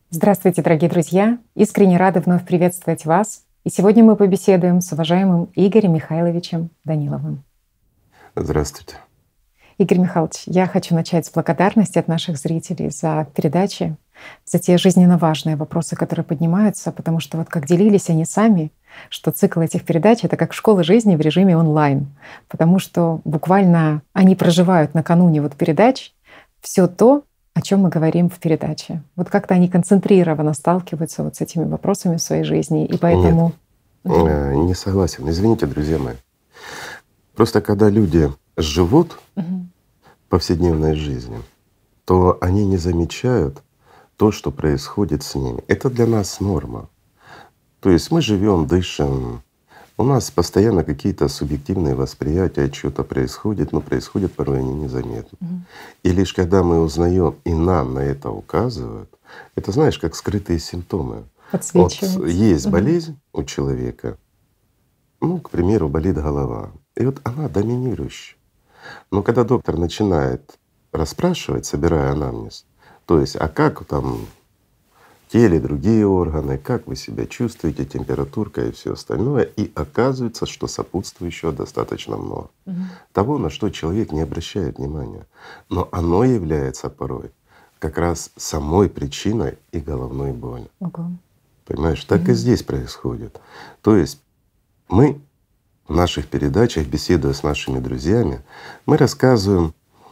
Здравствуйте, дорогие друзья! Искренне рады вновь приветствовать вас. И сегодня мы побеседуем с уважаемым Игорем Михайловичем Даниловым. Здравствуйте. Игорь Михайлович, я хочу начать с благодарности от наших зрителей за передачи, за те жизненно важные вопросы, которые поднимаются, потому что вот как делились они сами, что цикл этих передач — это как школа жизни в режиме онлайн, потому что буквально они проживают накануне вот передач все то, о чем мы говорим в передаче. Вот как-то они концентрированно сталкиваются вот с этими вопросами в своей жизни, и Нет, поэтому… Мгм. не согласен. Извините, друзья мои. Просто когда люди живут Мгм. повседневной жизнью, то они не замечают то, что происходит с ними. Это для нас норма. То есть мы живем, дышим, у нас постоянно какие-то субъективные восприятия, что-то происходит, но происходит порой они незаметно. Мгм. И лишь когда мы узнаем и нам на это указывают, это знаешь, как скрытые симптомы. Вот Подсвечивается. есть Мгм. болезнь у человека, ну, к примеру, болит голова, и вот она доминирующая. Но когда доктор начинает расспрашивать, собирая анамнез, то есть, а как там в теле другие органы, как вы себя чувствуете, температурка и все остальное, и оказывается, что сопутствующего достаточно много. Мгм. Того, на что человек не обращает внимания. Но оно является порой как раз самой причиной и головной боли. Ого. Понимаешь, так и Мгм. здесь происходит. То есть мы в наших передачах, беседуя с нашими друзьями, мы рассказываем,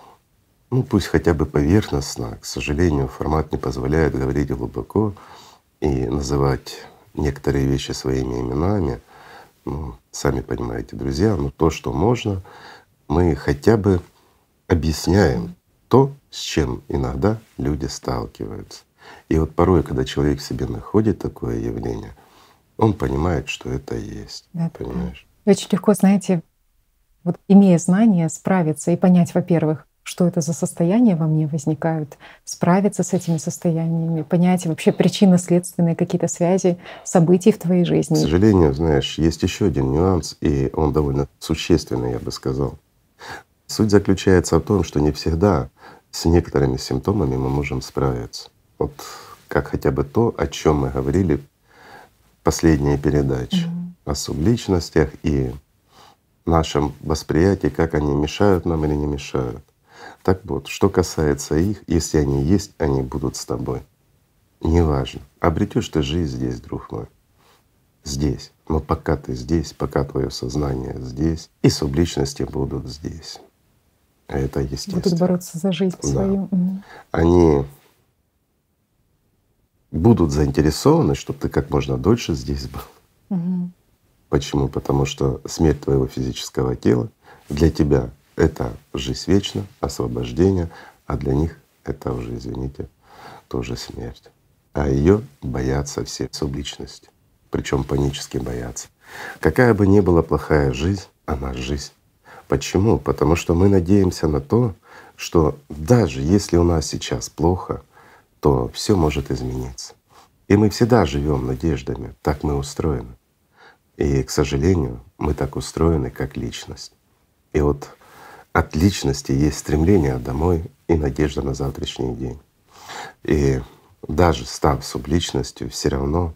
ну пусть хотя бы поверхностно, к сожалению, формат не позволяет говорить глубоко и называть некоторые вещи своими именами. Ну, сами понимаете, друзья, но то, что можно, мы хотя бы объясняем то, с чем иногда люди сталкиваются. И вот порой, когда человек в себе находит такое явление, он понимает, что это есть, Да-да-да. понимаешь? И очень легко, знаете, вот имея знания, справиться и понять, во-первых, что это за состояния во мне возникают, справиться с этими состояниями, понять вообще причинно-следственные какие-то связи событий в твоей К жизни. сожалению, знаешь, есть еще один нюанс, и он довольно существенный, я бы сказал. Суть заключается в том, что не всегда с некоторыми симптомами мы можем справиться. Вот как хотя бы то, о чем мы говорили в последней передаче, Мгм. о субличностях и нашем восприятии, как они мешают нам или не мешают. Так вот, что касается их, если они есть, они будут с тобой. Неважно, обретешь ты жизнь здесь, друг мой, здесь. Но пока ты здесь, пока твое сознание здесь, и субличности будут здесь. Это Будут естественно. бороться за жизнь Да. свою. Мгм. Они будут заинтересованы, чтобы ты как можно дольше здесь был. Мгм. Почему? Потому что смерть твоего физического тела для тебя — это жизнь вечна, освобождение, а для них это уже, извините, тоже смерть. А ее боятся все субличности, причем панически боятся. Какая бы ни была плохая жизнь, она жизнь. Почему? Потому что мы надеемся на то, что даже если у нас сейчас плохо, то все может измениться. И мы всегда живем надеждами, так мы устроены. И, к сожалению, мы так устроены как личность. И вот от личности есть стремление домой и надежда на завтрашний день. И даже став субличностью, все равно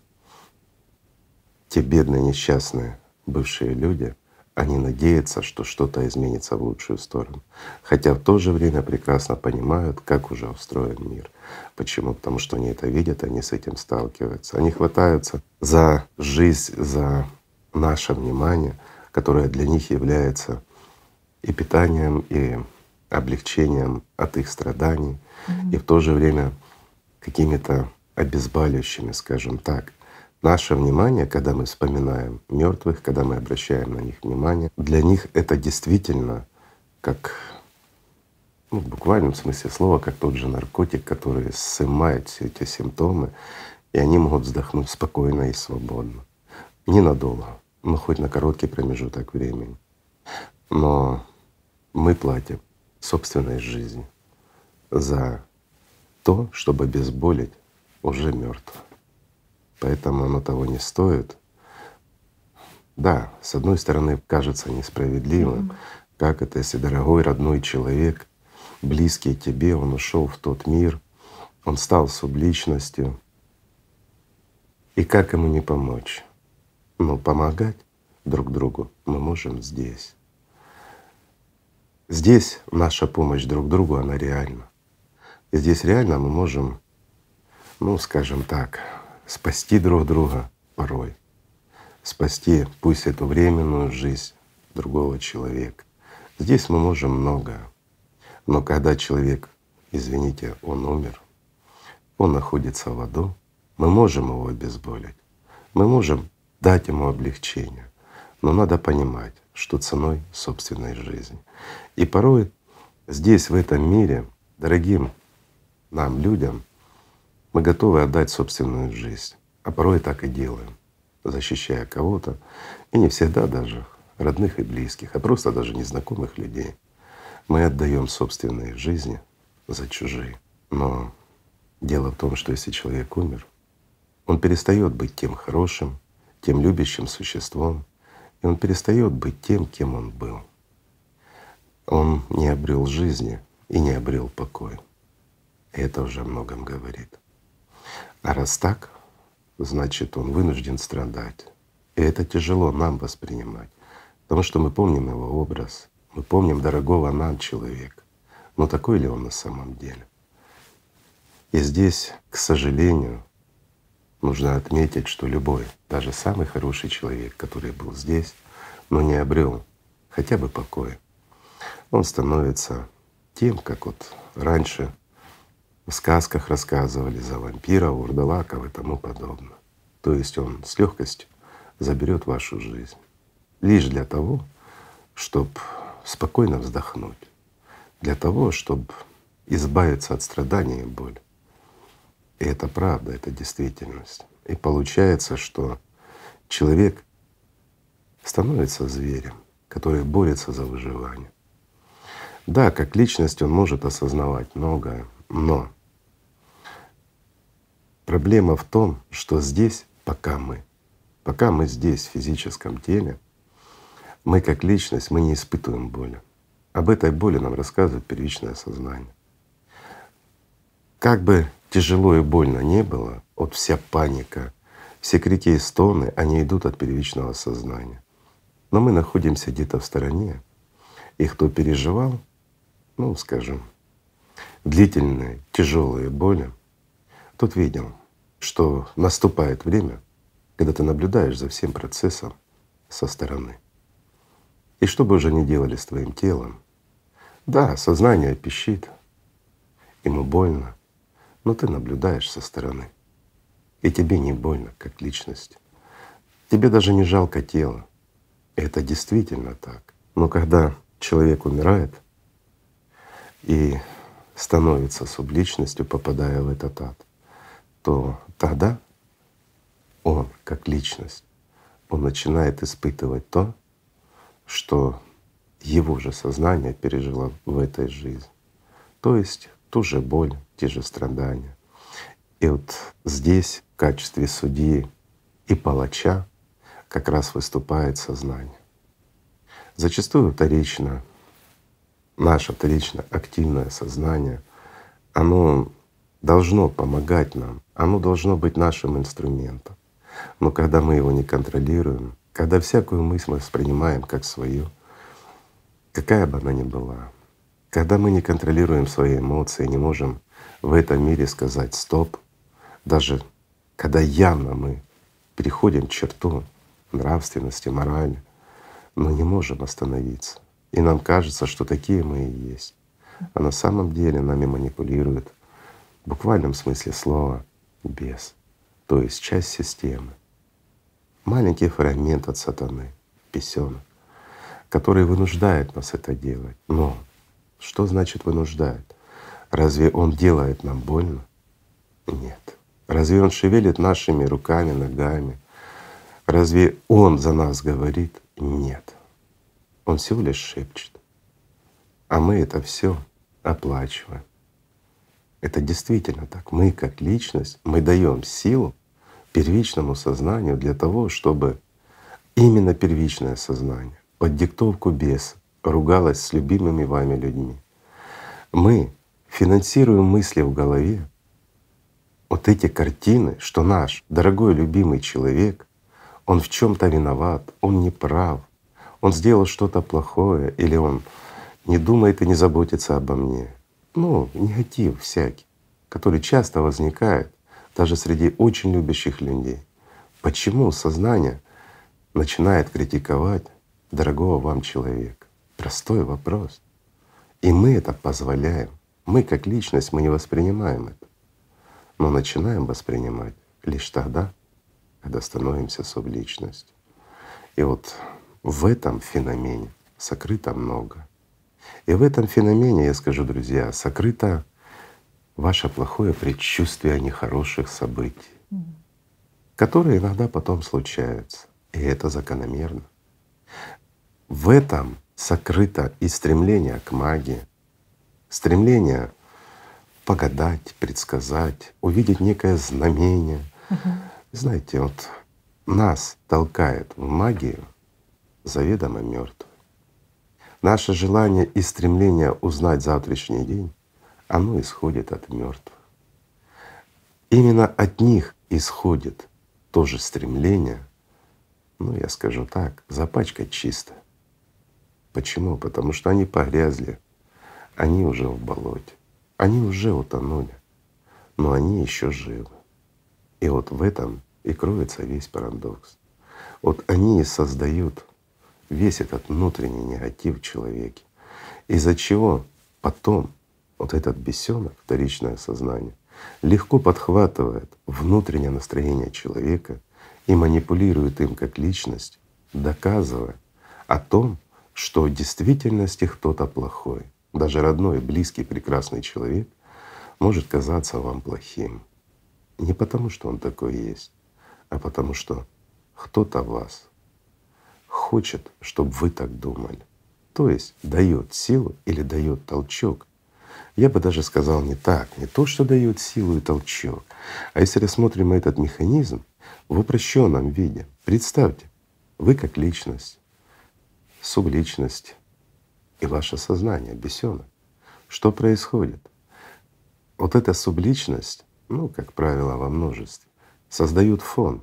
те бедные, несчастные бывшие люди, они надеются, что что-то изменится в лучшую сторону. Хотя в то же время прекрасно понимают, как уже устроен мир. Почему? Потому что они это видят, они с этим сталкиваются. Они хватаются за жизнь, за наше внимание, которое для них является и питанием, и облегчением от их страданий, и в то же время какими-то обезболивающими, скажем так. Наше внимание, когда мы вспоминаем мертвых, когда мы обращаем на них внимание, для них это действительно как, ну, в буквальном смысле слова, как тот же наркотик, который снимает все эти симптомы, и они могут вздохнуть спокойно и свободно. Ненадолго, но хоть на короткий промежуток времени. Но мы платим собственной жизнью за то, чтобы обезболить уже мертвого. Поэтому оно того не стоит. Да, с одной стороны, кажется несправедливым, как это, если дорогой родной человек, близкий тебе, он ушел в тот мир, он стал субличностью, И как ему не помочь? Ну, помогать друг другу мы можем здесь. Здесь наша помощь друг другу, она реальна. И здесь реально мы можем, ну, скажем так, спасти друг друга порой, спасти пусть эту временную жизнь другого человека. Здесь мы можем многое. Но когда человек, извините, он умер, он находится в аду, мы можем его обезболить, мы можем дать ему облегчение, но надо понимать, что ценой собственной жизни. И порой здесь, в этом мире, дорогим нам, людям, мы готовы отдать собственную жизнь, а порой так и делаем, защищая кого-то, и не всегда даже родных и близких, а просто даже незнакомых людей. Мы отдаем собственные жизни за чужие. Но дело в том, что если человек умер, он перестает быть тем хорошим, тем любящим существом, и он перестает быть тем, кем он был. Он не обрел жизни и не обрел покоя. И это уже о многом говорит. А раз так, значит, он вынужден страдать. И это тяжело нам воспринимать, потому что мы помним его образ, мы помним дорогого нам человека. Но такой ли он на самом деле? И здесь, к сожалению, нужно отметить, что любой, даже самый хороший человек, который был здесь, но не обрел хотя бы покоя, он становится тем, как вот раньше в сказках рассказывали за вампиров, вурдалаков и тому подобное. То есть он с легкостью заберет вашу жизнь лишь для того, чтобы спокойно вздохнуть, для того, чтобы избавиться от страданий и боли. И это правда, это действительность. И получается, что человек становится зверем, который борется за выживание. Да, как личность он может осознавать многое, но проблема в том, что здесь, пока мы здесь, в физическом теле, мы как личность, мы не испытываем боли. Об этой боли нам рассказывает первичное сознание. Как бы тяжело и больно не было, вот вся паника, все крики и стоны, они идут от первичного сознания. Но мы находимся где-то в стороне, и кто переживал, ну, скажем, длительные, тяжелые боли, тот видел, что наступает время, когда ты наблюдаешь за всем процессом со стороны. И что бы уже ни делали с твоим телом, да, сознание пищит, ему больно, но ты наблюдаешь со стороны. И тебе не больно, как личность. Тебе даже не жалко тело. И это действительно так. Но когда человек умирает и становится субличностью, попадая в этот ад, то тогда он, как личность, он начинает испытывать то, что его же сознание пережило в этой жизни. То есть ту же боль, те же страдания. И вот здесь в качестве судьи и палача как раз выступает сознание. Зачастую вторично, наше вторично активное сознание, оно должно помогать нам, оно должно быть нашим инструментом. Но когда мы его не контролируем, когда всякую мысль мы воспринимаем как свою, какая бы она ни была, когда мы не контролируем свои эмоции, не можем в этом мире сказать «стоп», даже когда явно мы переходим черту нравственности, морали, но не можем остановиться. И нам кажется, что такие мы и есть. А на самом деле нами манипулирует в буквальном смысле слова бес, то есть часть системы. Маленький фрагмент от сатаны, бесенок, который вынуждает нас это делать. Но что значит вынуждает? Разве он делает нам больно? Нет. Разве он шевелит нашими руками, ногами? Разве он за нас говорит? Нет. Он всего лишь шепчет. А мы это все оплачиваем. Это действительно так. Мы как личность, мы даем силу первичному сознанию для того, чтобы именно первичное сознание под диктовку беса ругалось с любимыми вами людьми. Мы финансируем мысли в голове вот эти картины, что наш дорогой любимый человек, он в чем-то виноват, он не прав, он сделал что-то плохое, или он не думает и не заботится обо мне. Ну, негатив всякий, который часто возникает даже среди очень любящих людей. Почему сознание начинает критиковать дорогого вам человека? Простой вопрос. И мы это позволяем. Мы как личность, мы не воспринимаем это, но начинаем воспринимать лишь тогда, когда становимся субличностью. И вот в этом феномене сокрыто много. И в этом феномене, я скажу, друзья, сокрыто ваше плохое предчувствие нехороших событий, которые иногда потом случаются, и это закономерно. В этом сокрыто и стремление к магии, стремление погадать, предсказать, увидеть некое знамение. Знаете, вот нас толкает в магию заведомо мертвый. Наше желание и стремление узнать завтрашний день, оно исходит от мертвых. Именно от них исходит то же стремление, ну я скажу так, запачкать чисто. Почему? Потому что они погрязли, они уже в болоте, они уже утонули, но они еще живы. И вот в этом и кроется весь парадокс. Вот они и создают весь этот внутренний негатив в человеке, из-за чего потом вот этот бесенок, вторичное сознание, легко подхватывает внутреннее настроение человека и манипулирует им как личность, доказывая о том, что в действительности кто-то плохой. Даже родной, близкий, прекрасный человек может казаться вам плохим. Не потому, что он такой есть, а потому что кто-то вас хочет, чтобы вы так думали. То есть дает силу или дает толчок. Я бы даже сказал не так, не то, что дает силу и толчок, а если рассмотрим этот механизм в упрощенном виде, представьте, вы как личность, субличность и ваше сознание, бесенок. Что происходит? Вот эта субличность, ну, как правило, во множестве, создают фон.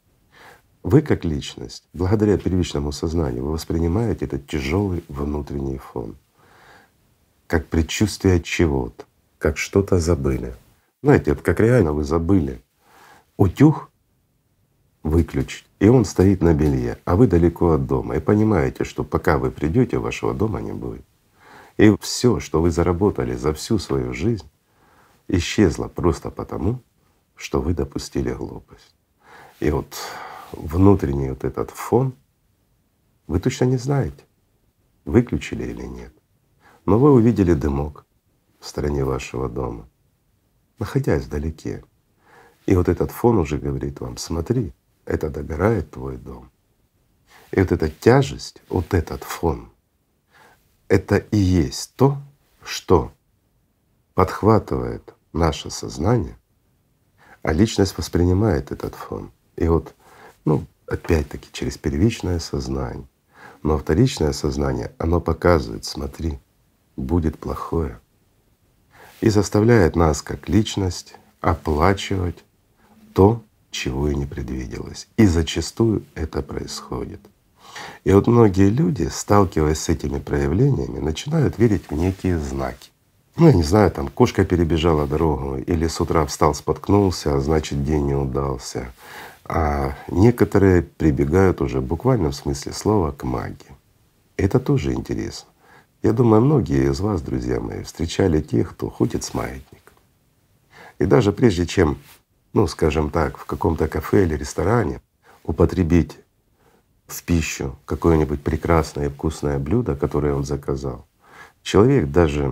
Вы как личность, благодаря первичному сознанию, вы воспринимаете этот тяжелый внутренний фон как предчувствие чего-то, как что-то забыли. Знаете, это как реально вы забыли утюг выключить, и он стоит на белье, а вы далеко от дома, и понимаете, что пока вы придете, вашего дома не будет. И все, что вы заработали за всю свою жизнь, исчезло просто потому, что вы допустили глупость. И вот внутренний вот этот фон вы точно не знаете, выключили или нет. Но вы увидели дымок в стороне вашего дома, находясь вдалеке. И вот этот фон уже говорит вам: смотри, это догорает твой дом. И вот эта тяжесть, вот этот фон, это и есть то, что подхватывает наше сознание, а личность воспринимает этот фон. И вот, ну, опять-таки через первичное сознание. Но вторичное сознание, оно показывает: смотри, будет плохое. И заставляет нас как личность оплачивать то, чего и не предвиделось. И зачастую это происходит. И вот многие люди, сталкиваясь с этими проявлениями, начинают верить в некие знаки. Ну, я не знаю, там кошка перебежала дорогу, или с утра встал, споткнулся, а значит день не удался. А некоторые прибегают уже в буквальном смысле слова к магии. Это тоже интересно. Я думаю, многие из вас, друзья мои, встречали тех, кто ходит с маятником. И даже прежде чем, ну скажем так, в каком-то кафе или ресторане употребить в пищу какое-нибудь прекрасное и вкусное блюдо, которое он заказал, человек даже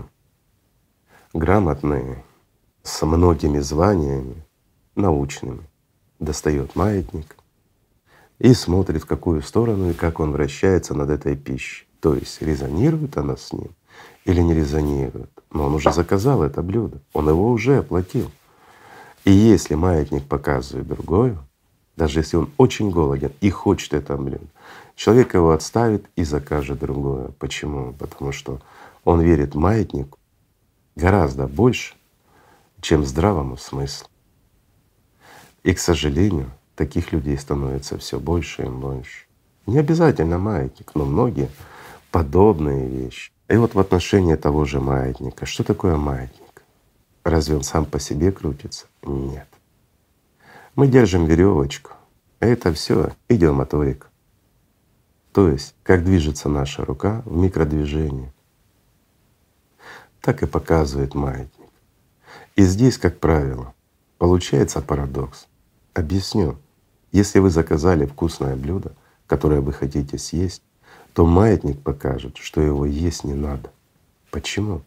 грамотный, с многими званиями научными, достает маятник и смотрит, в какую сторону и как он вращается над этой пищей. То есть резонирует она с ним или не резонирует. Но он уже заказал это блюдо, он его уже оплатил. И если маятник показывает другое, даже если он очень голоден и хочет это блюдо, человек его отставит и закажет другое. Почему? Потому что он верит маятнику гораздо больше, чем здравому смыслу. И, к сожалению, таких людей становится все больше и больше. Не обязательно маятник, но многие подобные вещи. И вот в отношении того же маятника. Что такое маятник? Разве он сам по себе крутится? Нет. Мы держим веревочку, а это все идиомоторика. То есть как движется наша рука в микродвижении, так и показывает маятник. И здесь, как правило, получается парадокс. Объясню. Если вы заказали вкусное блюдо, которое вы хотите съесть, то маятник покажет, что его есть не надо. Почему?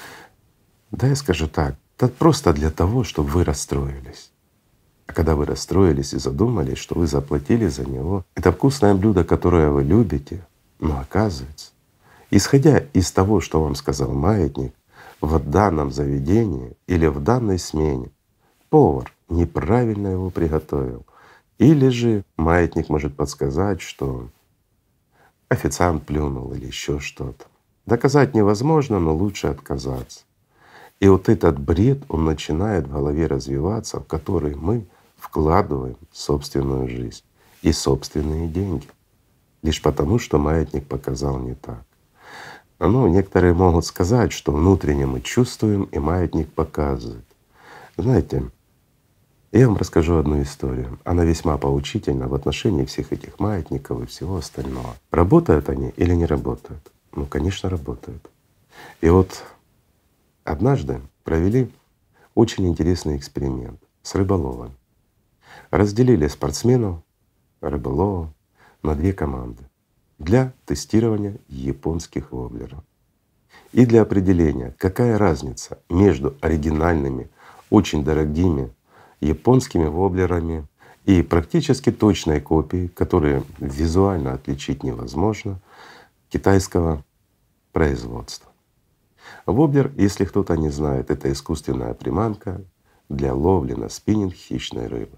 Да я скажу так, это просто для того, чтобы вы расстроились. А когда вы расстроились и задумались, что вы заплатили за него, это вкусное блюдо, которое вы любите, но оказывается, исходя из того, что вам сказал маятник, в данном заведении или в данной смене повар неправильно его приготовил. Или же маятник может подсказать, что официант плюнул или еще что-то. Доказать невозможно, но лучше отказаться. И вот этот бред, он начинает в голове развиваться, в который мы вкладываем собственную жизнь и собственные деньги. Лишь потому, что маятник показал не так. Ну, некоторые могут сказать, что внутренне мы чувствуем, и маятник показывает. Знаете, я вам расскажу одну историю. Она весьма поучительна в отношении всех этих маятников и всего остального. Работают они или не работают? Ну, конечно, работают. И вот однажды провели очень интересный эксперимент с рыболовами. Разделили спортсменов, рыболовов на две команды для тестирования японских воблеров и для определения, какая разница между оригинальными, очень дорогими японскими воблерами и практически точной копией, которые визуально отличить невозможно, китайского производства. Воблер, если кто-то не знает, это искусственная приманка для ловли на спиннинг хищной рыбы.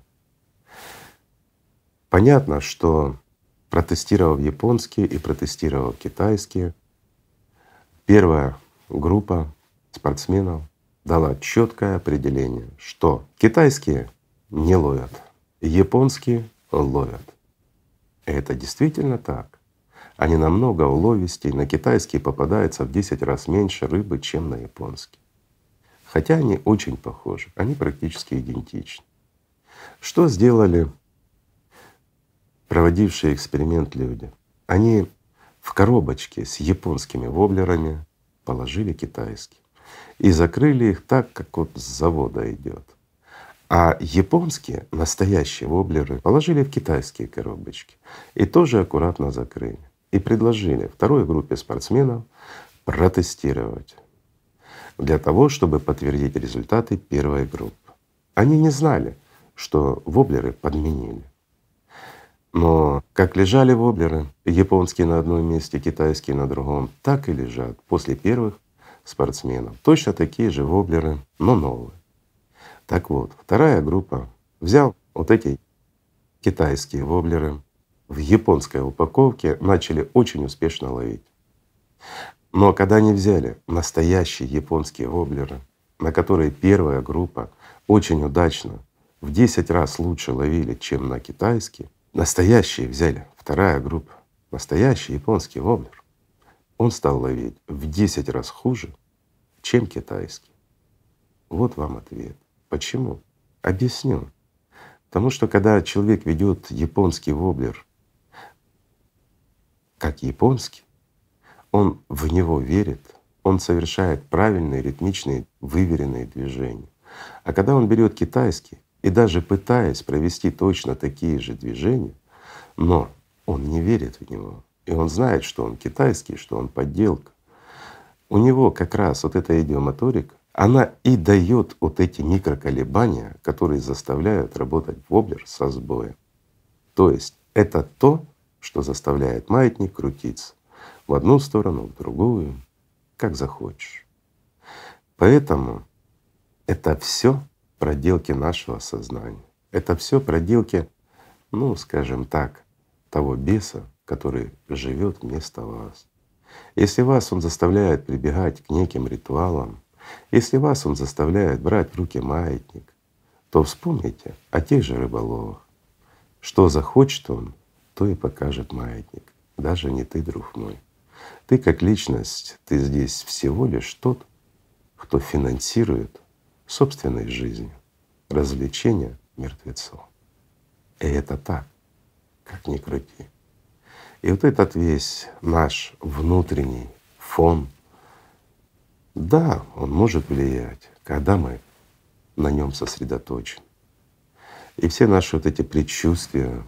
Понятно, что протестировав японские и протестировав китайские, первая группа спортсменов дала четкое определение, что китайские не ловят, японские ловят. И это действительно так. Они намного уловистее, на китайские попадается в 10 раз меньше рыбы, чем на японские. Хотя они очень похожи, они практически идентичны. Что сделали проводившие эксперимент люди? Они в коробочке с японскими воблерами положили китайские и закрыли их так, как вот с завода идет. А японские, настоящие воблеры, положили в китайские коробочки и тоже аккуратно закрыли. И предложили второй группе спортсменов протестировать для того, чтобы подтвердить результаты первой группы. Они не знали, что воблеры подменили. Но как лежали воблеры, японские на одном месте, китайские на другом, так и лежат после первых спортсменов. Точно такие же воблеры, но новые. Так вот, вторая группа взял вот эти китайские воблеры, в японской упаковке начали очень успешно ловить. Но когда они взяли настоящие японские воблеры, на которые первая группа очень удачно в 10 раз лучше ловили, чем на китайские, настоящие взяли, вторая группа, настоящий японский воблер, он стал ловить в 10 раз хуже, чем китайский. Вот вам ответ. Почему? Объясню. Потому что когда человек ведет японский воблер как японский, он в него верит, он совершает правильные, ритмичные, выверенные движения. А когда он берет китайский и даже пытаясь провести точно такие же движения, но он не верит в него, и он знает, что он китайский, что он подделка, у него как раз вот эта идиомоторика, она и дает вот эти микроколебания, которые заставляют работать воблер со сбоем. То есть это то, что заставляет маятник крутиться в одну сторону, в другую, как захочешь. Поэтому это все проделки нашего сознания. Это все проделки, ну, скажем так, того беса, который живет вместо вас. Если вас он заставляет прибегать к неким ритуалам, если вас он заставляет брать в руки маятник, то вспомните о тех же рыболовах. Что захочет он, то и покажет маятник. Даже не ты, друг мой. Ты как личность, ты здесь всего лишь тот, кто финансирует собственной жизнью развлечения мертвецов. И это так, как ни крути. И вот этот весь наш внутренний фон, да, он может влиять, когда мы на нем сосредоточены. И все наши вот эти предчувствия,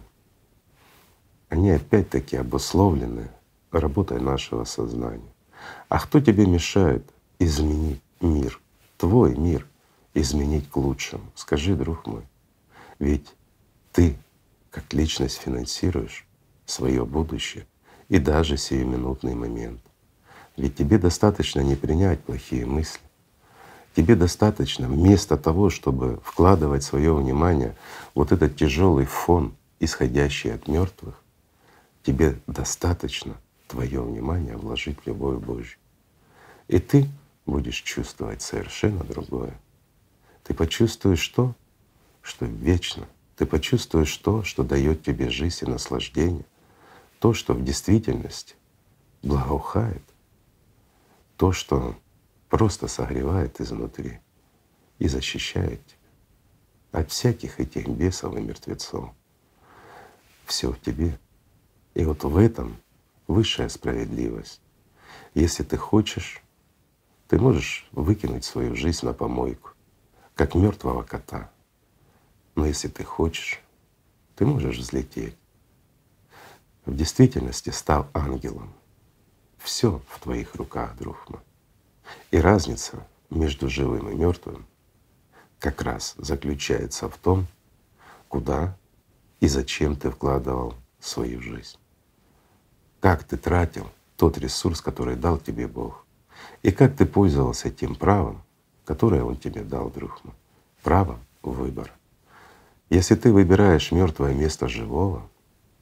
они опять-таки обусловлены работой нашего сознания. А кто тебе мешает изменить мир, твой мир, изменить к лучшему? Скажи, друг мой, ведь ты как личность финансируешь свое будущее и даже сиюминутный момент. Ведь тебе достаточно не принять плохие мысли. Тебе достаточно вместо того, чтобы вкладывать свое внимание вот этот тяжелый фон, исходящий от мертвых, тебе достаточно твое внимание вложить в любовь Божью. И ты будешь чувствовать совершенно другое. Ты почувствуешь то, что вечно. Ты почувствуешь то, что дает тебе жизнь и наслаждение, то, что в действительности благоухает, то, что просто согревает изнутри и защищает тебя от всяких этих бесов и мертвецов. Все в тебе. И вот в этом высшая справедливость. Если ты хочешь, ты можешь выкинуть свою жизнь на помойку, как мертвого кота. Но если ты хочешь, ты можешь взлететь. В действительности став ангелом. Все в твоих руках, друг мой. И разница между живым и мертвым как раз заключается в том, куда и зачем ты вкладывал свою жизнь. Как ты тратил тот ресурс, который дал тебе Бог, и как ты пользовался тем правом, которое Он тебе дал, друг мой, правом выбора. Если ты выбираешь мертвое место живого,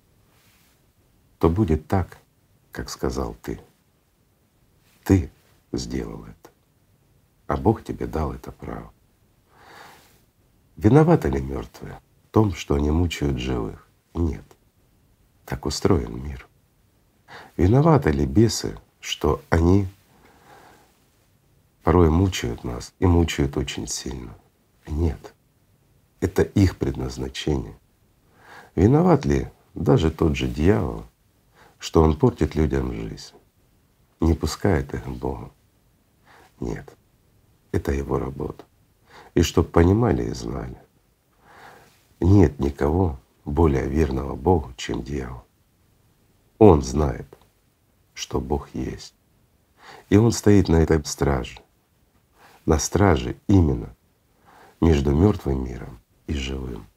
то будет так, как сказал ты. Ты сделал это, а Бог тебе дал это право. Виноваты ли мертвые в том, что они мучают живых? Нет. Так устроен мир. Виноваты ли бесы, что они порой мучают нас и мучают очень сильно? Нет. Это их предназначение. Виноват ли даже тот же дьявол, что он портит людям жизнь, не пускает их к Богу? Нет. Это его работа. И чтоб понимали и знали, нет никого более верного Богу, чем дьявол. Он знает, что Бог есть. И он стоит на этой страже, на страже именно между мертвым миром и живым.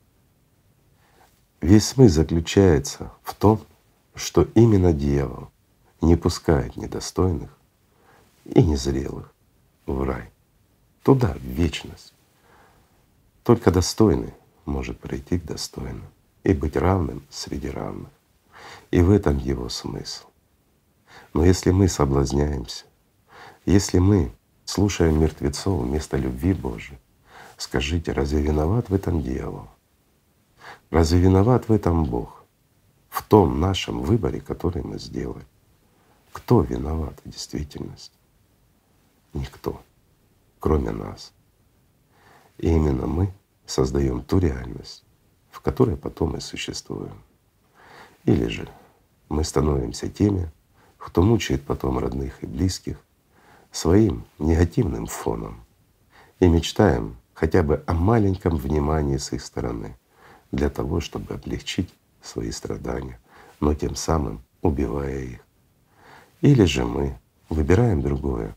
Весь смысл заключается в том, что именно дьявол не пускает недостойных и незрелых в рай, туда, в вечность. Только достойный может прийти к достойным и быть равным среди равных. И в этом его смысл. Но если мы соблазняемся, если мы слушаем мертвецов вместо любви Божией, скажите, разве виноват в этом дьявол? Разве виноват в этом Бог? В том нашем выборе, который мы сделали? Кто виноват в действительности? Никто, кроме нас. И именно мы создаем ту реальность, в которой потом и существуем. Или же мы становимся теми, кто мучает потом родных и близких своим негативным фоном и мечтаем хотя бы о маленьком внимании с их стороны для того, чтобы облегчить свои страдания, но тем самым убивая их. Или же мы выбираем другое,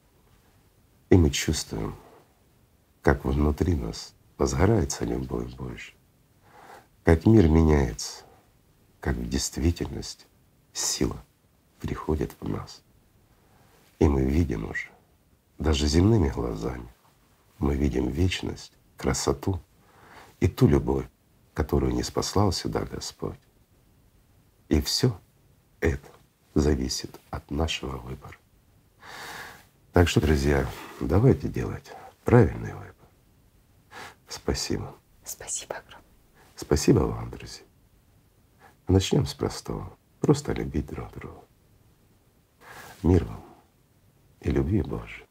и мы чувствуем, как внутри нас возгорается любовь Божья, как мир меняется, как в действительности сила приходит в нас. И мы видим уже, даже земными глазами, мы видим вечность, красоту и ту любовь, которую не спаслал сюда Господь. И все это зависит от нашего выбора. Так что, друзья, давайте делать правильный выбор. Спасибо. Спасибо огромное. Спасибо вам, друзья. Начнем с простого. Просто любить друг друга. Мир вам и любви Божией.